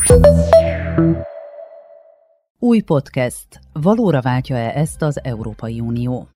Új podcast. Valóra váltja-e ezt az Európai Unió?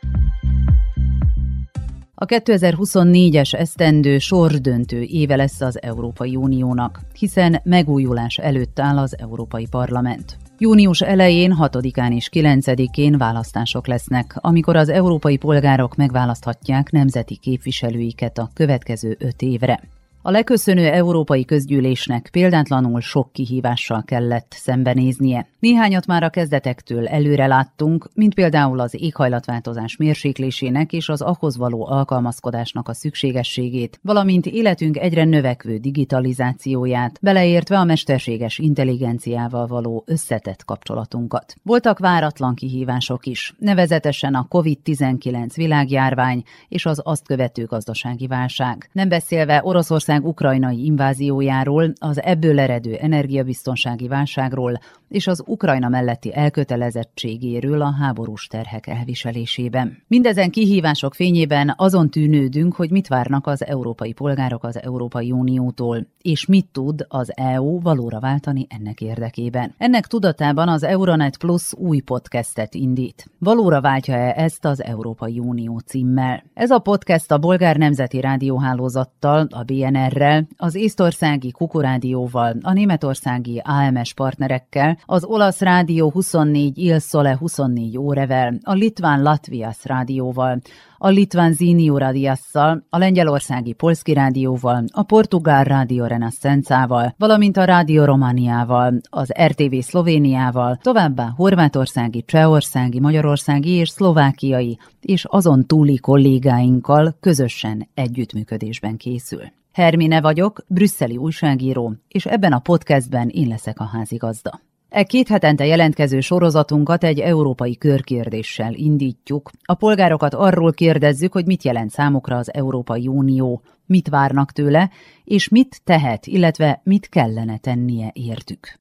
A 2024-es esztendő sorsdöntő éve lesz az Európai Uniónak, hiszen megújulás előtt áll az Európai Parlament. Június elején, 6-án és 9-én választások lesznek, amikor az európai polgárok megválaszthatják nemzeti képviselőiket a következő 5 évre. A leköszönő európai közgyűlésnek példátlanul sok kihívással kellett szembenéznie. Néhányat már a kezdetektől előre láttunk, mint például az éghajlatváltozás mérséklésének és az ahhoz való alkalmazkodásnak a szükségességét, valamint életünk egyre növekvő digitalizációját, beleértve a mesterséges intelligenciával való összetett kapcsolatunkat. Voltak váratlan kihívások is, nevezetesen a COVID-19 világjárvány és az azt követő gazdasági válság. Nem beszélve Oroszország ukrajnai inváziójáról, az ebből eredő energiabiztonsági válságról és az Ukrajna melletti elkötelezettségéről a háborús terhek elviselésében. Mindezen kihívások fényében azon tűnődünk, hogy mit várnak az európai polgárok az Európai Uniótól, és mit tud az EU valóra váltani ennek érdekében. Ennek tudatában az Euronet Plus új podcastet indít. Valóra váltja-e ezt az Európai Unió címmel? Ez a podcast a bolgár nemzeti rádióhálózattal, a BNR-rel, az észtországi Kukurádióval, a németországi AMS partnerekkel, az olasz rádió 24 Il Sole 24 órevel, a litván Latvias rádióval, a litván Zinio Radiasszal, a lengyelországi Polski rádióval, a portugál Rádió Renascenszával, valamint a Rádió Romániával, az RTV Szlovéniával, továbbá horvátországi, csehországi, magyarországi és szlovákiai és azon túli kollégáinkkal közösen együttműködésben készül. Hermine vagyok, brüsszeli újságíró, és ebben a podcastben én leszek a házigazda. 2 hetente jelentkező sorozatunkat egy európai körkérdéssel indítjuk. A polgárokat arról kérdezzük, hogy mit jelent számukra az Európai Unió, mit várnak tőle, és mit tehet, illetve mit kellene tennie értük.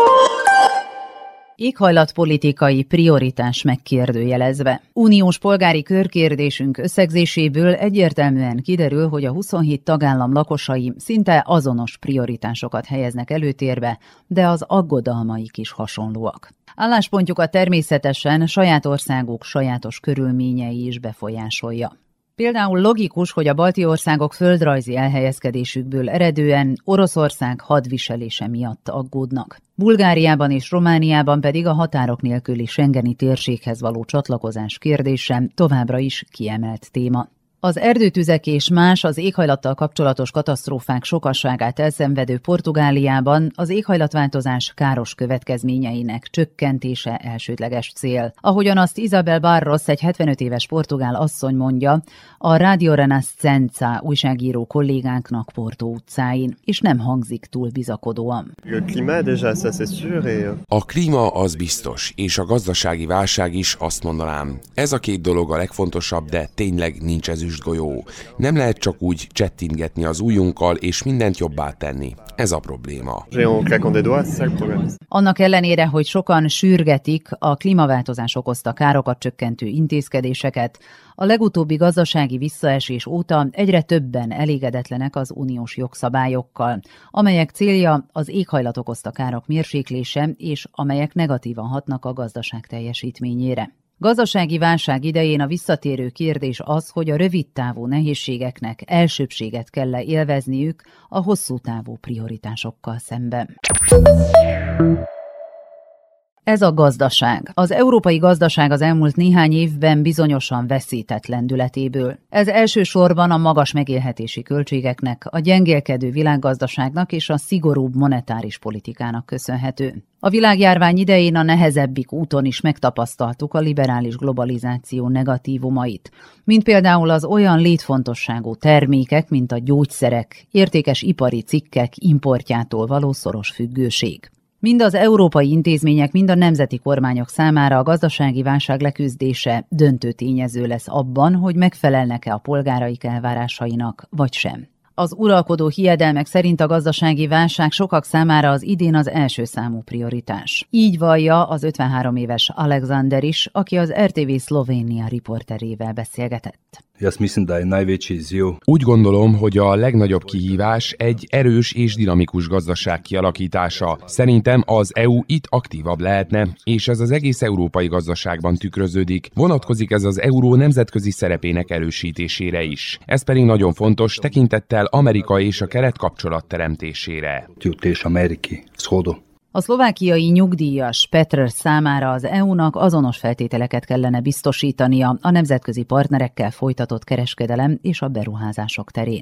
Éghajlatpolitikai prioritás megkérdőjelezve. Uniós polgári körkérdésünk összegzéséből egyértelműen kiderül, hogy a 27 tagállam lakosai szinte azonos prioritásokat helyeznek előtérbe, de az aggodalmaik is hasonlóak. Álláspontjukat természetesen saját országuk sajátos körülményei is befolyásolja. Például logikus, hogy a balti országok földrajzi elhelyezkedésükből eredően Oroszország hadviselése miatt aggódnak. Bulgáriában és Romániában pedig a határok nélküli schengeni térséghez való csatlakozás kérdése továbbra is kiemelt téma. Az erdőtüzek és más az éghajlattal kapcsolatos katasztrófák sokasságát elszenvedő Portugáliában az éghajlatváltozás káros következményeinek csökkentése elsődleges cél. Ahogyan azt Isabel Barros, egy 75 éves portugál asszony mondja, a Rádió Renascença újságíró kollégánknak Porto utcáin, és nem hangzik túl bizakodóan. A klíma az biztos, és a gazdasági válság is, azt mondanám. Ez a 2 dolog a legfontosabb, de tényleg nincs ezüstgolyó. Nem lehet csak úgy csettingetni az ujjunkkal és mindent jobbá tenni. Ez a probléma. Annak ellenére, hogy sokan sürgetik a klímaváltozás okozta károkat csökkentő intézkedéseket, a legutóbbi gazdasági visszaesés óta egyre többen elégedetlenek az uniós jogszabályokkal, amelyek célja az éghajlat okozta károk mérséklése, és amelyek negatívan hatnak a gazdaság teljesítményére. Gazdasági válság idején a visszatérő kérdés az, hogy a rövidtávú nehézségeknek elsőbbséget kell-e élvezniük a hosszú távú prioritásokkal szemben. Ez a gazdaság. Az európai gazdaság az elmúlt néhány évben bizonyosan veszített lendületéből. Ez elsősorban a magas megélhetési költségeknek, a gyengélkedő világgazdaságnak és a szigorúbb monetáris politikának köszönhető. A világjárvány idején a nehezebbik úton is megtapasztaltuk a liberális globalizáció negatívumait, mint például az olyan létfontosságú termékek, mint a gyógyszerek, értékes ipari cikkek importjától való szoros függőség. Mind az európai intézmények, mind a nemzeti kormányok számára a gazdasági válság leküzdése döntő tényező lesz abban, hogy megfelelnek-e a polgáraik elvárásainak, vagy sem. Az uralkodó hiedelmek szerint a gazdasági válság sokak számára az idén az első számú prioritás. Így vallja az 53 éves Alexander is, aki az RTV Szlovénia riporterével beszélgetett. Úgy gondolom, hogy a legnagyobb kihívás egy erős és dinamikus gazdaság kialakítása. Szerintem az EU itt aktívabb lehetne, és ez az egész európai gazdaságban tükröződik. Vonatkozik ez az euró nemzetközi szerepének erősítésére is. Ez pedig nagyon fontos tekintettel Amerika és a Kelet kapcsolat teremtésére. A szlovákiai nyugdíjas Petr számára az EU-nak azonos feltételeket kellene biztosítania a nemzetközi partnerekkel folytatott kereskedelem és a beruházások terén.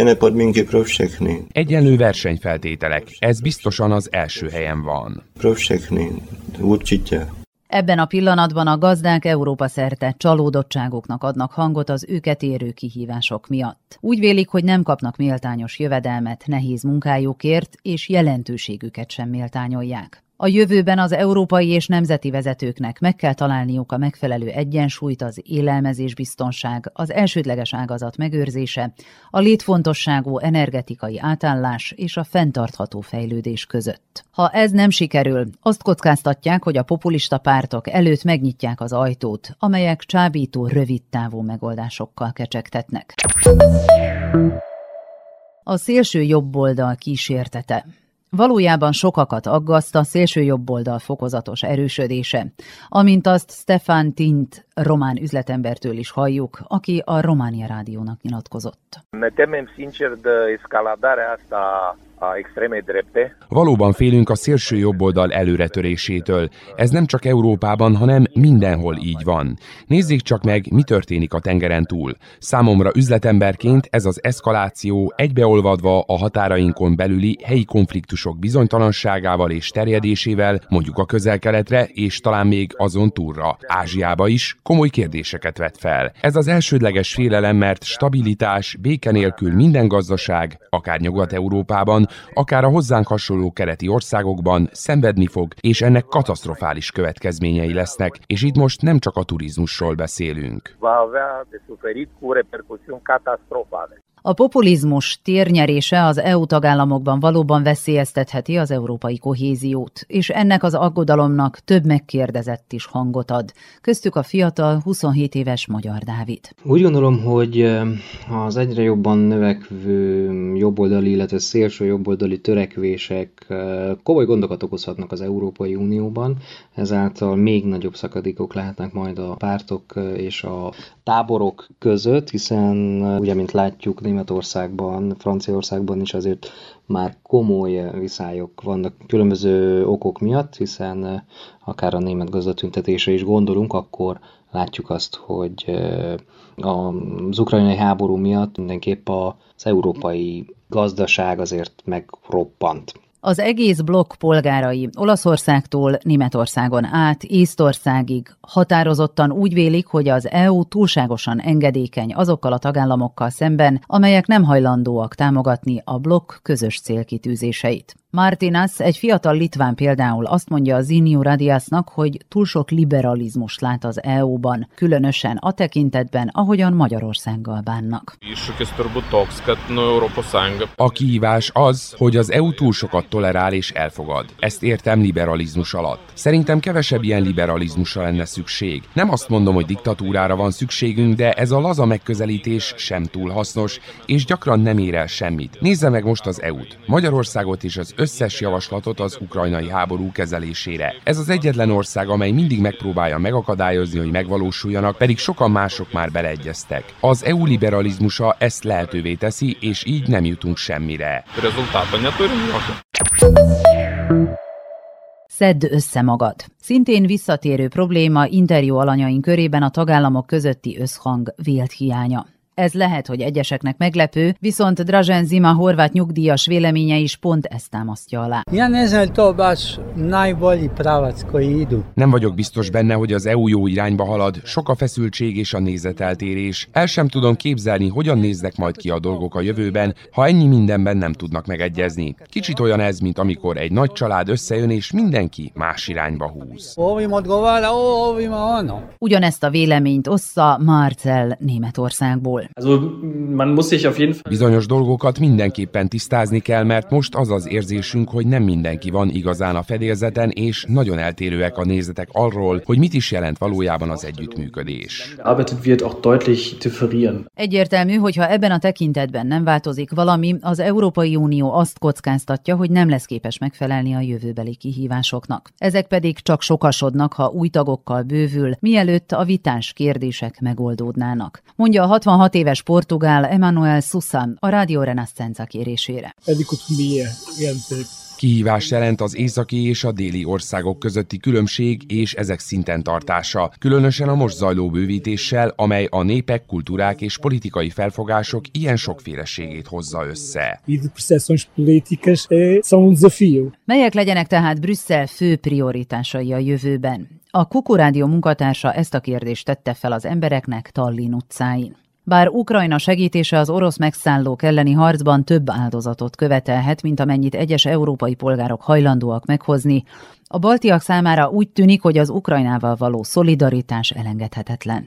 Egyenlő versenyfeltételek, ez biztosan az első helyen van. Ebben a pillanatban a gazdák Európa szerte csalódottságoknak adnak hangot az őket érő kihívások miatt. Úgy vélik, hogy nem kapnak méltányos jövedelmet nehéz munkájukért, és jelentőségüket sem méltányolják. A jövőben az európai és nemzeti vezetőknek meg kell találniuk a megfelelő egyensúlyt az élelmezésbiztonság, az elsődleges ágazat megőrzése, a létfontosságú energetikai átállás és a fenntartható fejlődés között. Ha ez nem sikerül, azt kockáztatják, hogy a populista pártok előtt megnyitják az ajtót, amelyek csábító, rövidtávú megoldásokkal kecsegtetnek. A szélső jobboldal kísértete. Valójában sokakat aggaszt a szélsőjobboldal fokozatos erősödése, amint azt Stefan Tint román üzletembertől is halljuk, aki a Románia Rádiónak nyilatkozott. Ne temem sincer de escaladarea asta a extremei drepte. Valóban félünk a szélső jobboldal előretörésétől. Ez nem csak Európában, hanem mindenhol így van. Nézzék csak meg, mi történik a tengeren túl. Számomra üzletemberként ez az eszkaláció egybeolvadva a határainkon belüli helyi konfliktusok bizonytalanságával és terjedésével, mondjuk a Közel-Keletre és talán még azon túlra, Ázsiába is komoly kérdéseket vet fel. Ez az elsődleges félelem, mert stabilitás, béke nélkül minden gazdaság, akár Nyugat-Európában, akár a hozzánk hasonló keleti országokban szenvedni fog, és ennek katasztrofális következményei lesznek, és itt most nem csak a turizmusról beszélünk. A populizmus térnyerése az EU tagállamokban valóban veszélyeztetheti az európai kohéziót, és ennek az aggodalomnak több megkérdezett is hangot ad. Köztük a fiatal, 27 éves Magyar Dávid. Úgy gondolom, hogy az egyre jobban növekvő jobboldali, illetve szélső jobboldali törekvések komoly gondokat okozhatnak az Európai Unióban, ezáltal még nagyobb szakadékok lehetnek majd a pártok és a táborok között, hiszen ugye, mint látjuk, Németországban, Franciaországban is azért már komoly viszályok vannak különböző okok miatt, hiszen akár a német gazdatüntetésre is gondolunk, akkor látjuk azt, hogy az ukrajnai háború miatt mindenképp az európai gazdaság azért megroppant. Az egész blokk polgárai Olaszországtól Németországon át Észtországig határozottan úgy vélik, hogy az EU túlságosan engedékeny azokkal a tagállamokkal szemben, amelyek nem hajlandóak támogatni a blokk közös célkitűzéseit. Martinas, egy fiatal litván például azt mondja az Ziniu Radiasnak, hogy túl sok liberalizmust lát az EU-ban, különösen a tekintetben, ahogyan Magyarországgal bánnak. A kihívás az, hogy az EU túl sokat tolerál és elfogad. Ezt értem liberalizmus alatt. Szerintem kevesebb ilyen liberalizmusra lenne szükség. Nem azt mondom, hogy diktatúrára van szükségünk, de ez a laza megközelítés sem túl hasznos, és gyakran nem ér el semmit. Nézze meg most az EU-t, Magyarországot és az összes javaslatot az ukrajnai háború kezelésére. Ez az egyetlen ország, amely mindig megpróbálja megakadályozni, hogy megvalósuljanak, pedig sokan mások már beleegyeztek. Az EU liberalizmusa ezt lehetővé teszi, és így nem jutunk semmire. Szedd össze magad. Szintén visszatérő probléma interjú alanyaink körében a tagállamok közötti összhang vélt hiánya. Ez lehet, hogy egyeseknek meglepő, viszont Dražen Zima horvát nyugdíjas véleménye is pont ezt támasztja alá. Nem vagyok biztos benne, hogy az EU jó irányba halad, sok a feszültség és a nézeteltérés. El sem tudom képzelni, hogyan néznek majd ki a dolgok a jövőben, ha ennyi mindenben nem tudnak megegyezni. Kicsit olyan ez, mint amikor egy nagy család összejön és mindenki más irányba húz. Ugyanezt a véleményt ossza Marcel Németországból. Bizonyos dolgokat mindenképpen tisztázni kell, mert most az az érzésünk, hogy nem mindenki van igazán a fedélzeten, és nagyon eltérőek a nézetek arról, hogy mit is jelent valójában az együttműködés. Egyértelmű, hogy ha ebben a tekintetben nem változik valami, az Európai Unió azt kockáztatja, hogy nem lesz képes megfelelni a jövőbeli kihívásoknak. Ezek pedig csak sokasodnak, ha új tagokkal bővül, mielőtt a vitás kérdések megoldódnának. Mondja a 66 éves portugál Emanuel Sousa a Radio Renascença kérésére. Kihívást jelent az északi és a déli országok közötti különbség és ezek szinten tartása, különösen a most zajló bővítéssel, amely a népek, kultúrák és politikai felfogások ilyen sokféleségét hozza össze. Melyek legyenek tehát Brüsszel fő prioritásai a jövőben? A Kuku Rádió munkatársa ezt a kérdést tette fel az embereknek Tallinn utcáin. Bár Ukrajna segítése az orosz megszállók elleni harcban több áldozatot követelhet, mint amennyit egyes európai polgárok hajlandóak meghozni, a baltiak számára úgy tűnik, hogy az Ukrajnával való szolidaritás elengedhetetlen.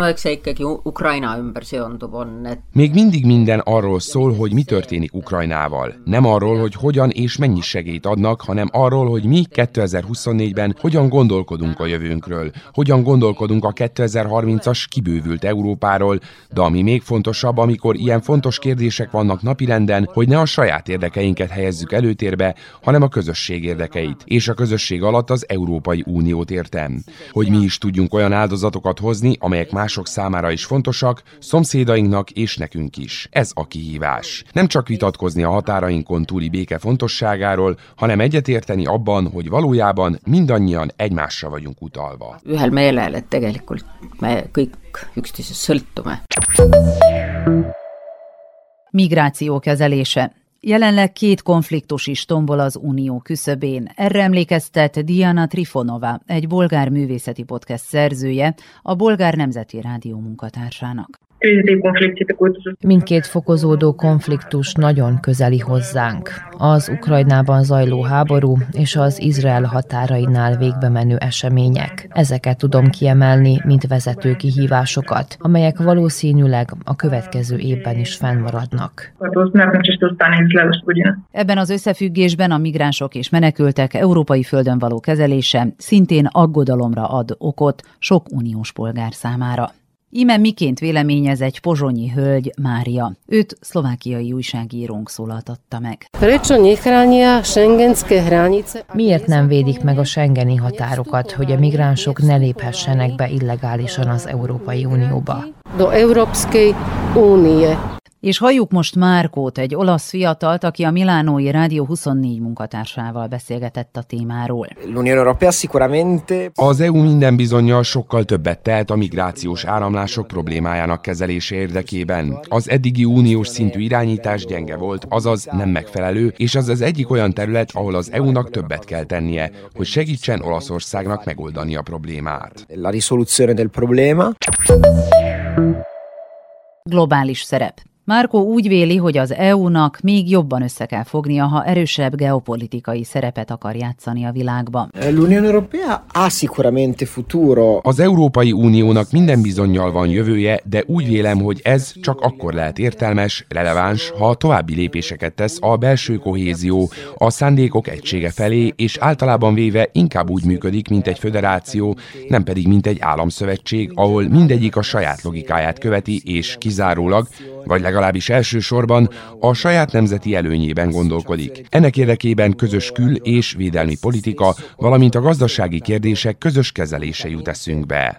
Még mindig minden arról szól, hogy mi történik Ukrajnával. Nem arról, hogy hogyan és mennyi segélyt adnak, hanem arról, hogy mi 2024-ben hogyan gondolkodunk a jövőnkről, hogyan gondolkodunk a 2030-as kibővült Európáról, de ami még fontosabb, amikor ilyen fontos kérdések vannak napirenden, hogy ne a saját érdekeinket helyezzük előtérbe, hanem a közösség érdekeit. És a közösség alatt az Európai Uniót értem. Hogy mi is tudjunk olyan áldozatokat hozni, amelyek mások számára is fontosak, szomszédainknak és nekünk is. Ez a kihívás. Nem csak vitatkozni a határainkon túli béke fontosságáról, hanem egyetérteni abban, hogy valójában mindannyian egymásra vagyunk utalva. Ühel meelel, et tegelikult me kõik üksteisest sõltume. Migráció kezelése. Jelenleg 2 konfliktus is tombol az Unió küszöbén. Erre emlékeztet Diana Trifonova, egy bolgár művészeti podcast szerzője, a Bolgár Nemzeti Rádió munkatársának. Mindkét fokozódó konfliktus nagyon közeli hozzánk. Az Ukrajnában zajló háború és az Izrael határainál végbe menő események. Ezeket tudom kiemelni, mint vezető kihívásokat, amelyek valószínűleg a következő évben is fennmaradnak. Ebben az összefüggésben a migránsok és menekültek európai földön való kezelése szintén aggodalomra ad okot sok uniós polgár számára. Íme miként véleményez egy pozsonyi hölgy, Mária. Őt szlovákiai újságírónk szólaltatta meg. Miért nem védik meg a schengeni határokat, hogy a migránsok ne léphessenek be illegálisan az Európai Unióba? És halljuk most Márkót, egy olasz fiatalt, aki a milánói Rádió 24 munkatársával beszélgetett a témáról. Az EU minden bizonnyal sokkal többet tehet a migrációs áramlások problémájának kezelése érdekében. Az eddigi uniós szintű irányítás gyenge volt, azaz nem megfelelő, és az az egyik olyan terület, ahol az EU-nak többet kell tennie, hogy segítsen Olaszországnak megoldani a problémát. Globális szerep. Márkó úgy véli, hogy az EU-nak még jobban össze kell fognia, ha erősebb geopolitikai szerepet akar játszani a világban. Az Európai Uniónak minden bizonnyal van jövője, de úgy vélem, hogy ez csak akkor lehet értelmes, releváns, ha további lépéseket tesz a belső kohézió, a szándékok egysége felé, és általában véve inkább úgy működik, mint egy föderáció, nem pedig mint egy államszövetség, ahol mindegyik a saját logikáját követi, és kizárólag, vagy legalábbis elsősorban a saját nemzeti előnyében gondolkodik. Ennek érdekében közös kül- és védelmi politika, valamint a gazdasági kérdések közös kezelése jut eszünkbe.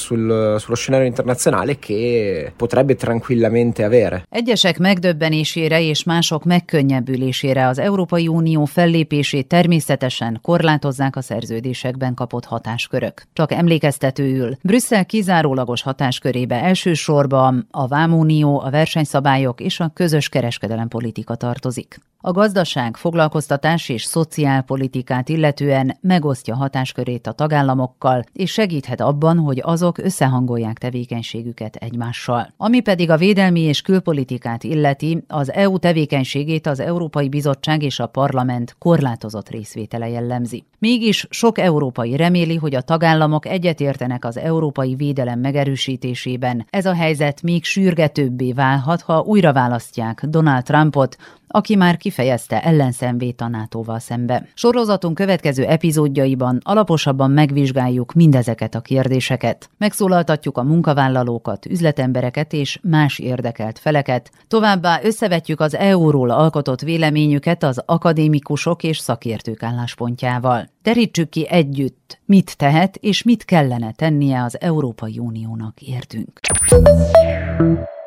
Egyesek megdöbbenésére és mások megkönnyebbülésére az Európai Unió fellépését természetesen korlátozzák a szerződésekben kapott hatáskörök. Csak emlékeztetőül, Brüsszel kizárólagos hatáskörébe elsősorban a Vámunió, a versenyszabályok jogszabályok és a közös kereskedelempolitika tartozik. A gazdaság, foglalkoztatás és szociálpolitikát illetően megosztja hatáskörét a tagállamokkal, és segíthet abban, hogy azok összehangolják tevékenységüket egymással. Ami pedig a védelmi és külpolitikát illeti, az EU tevékenységét az Európai Bizottság és a Parlament korlátozott részvétele jellemzi. Mégis sok európai reméli, hogy a tagállamok egyetértenek az európai védelem megerősítésében. Ez a helyzet még sürgetőbbé válhat, ha újra választják Donald Trumpot, aki már kifejezte ellenszenvét a NATO-val szembe. Sorozatunk következő epizódjaiban alaposabban megvizsgáljuk mindezeket a kérdéseket. Megszólaltatjuk a munkavállalókat, üzletembereket és más érdekelt feleket. Továbbá összevetjük az EU-ról alkotott véleményüket az akadémikusok és szakértők álláspontjával. Terítsük ki együtt, mit tehet és mit kellene tennie az Európai Uniónak, értünk.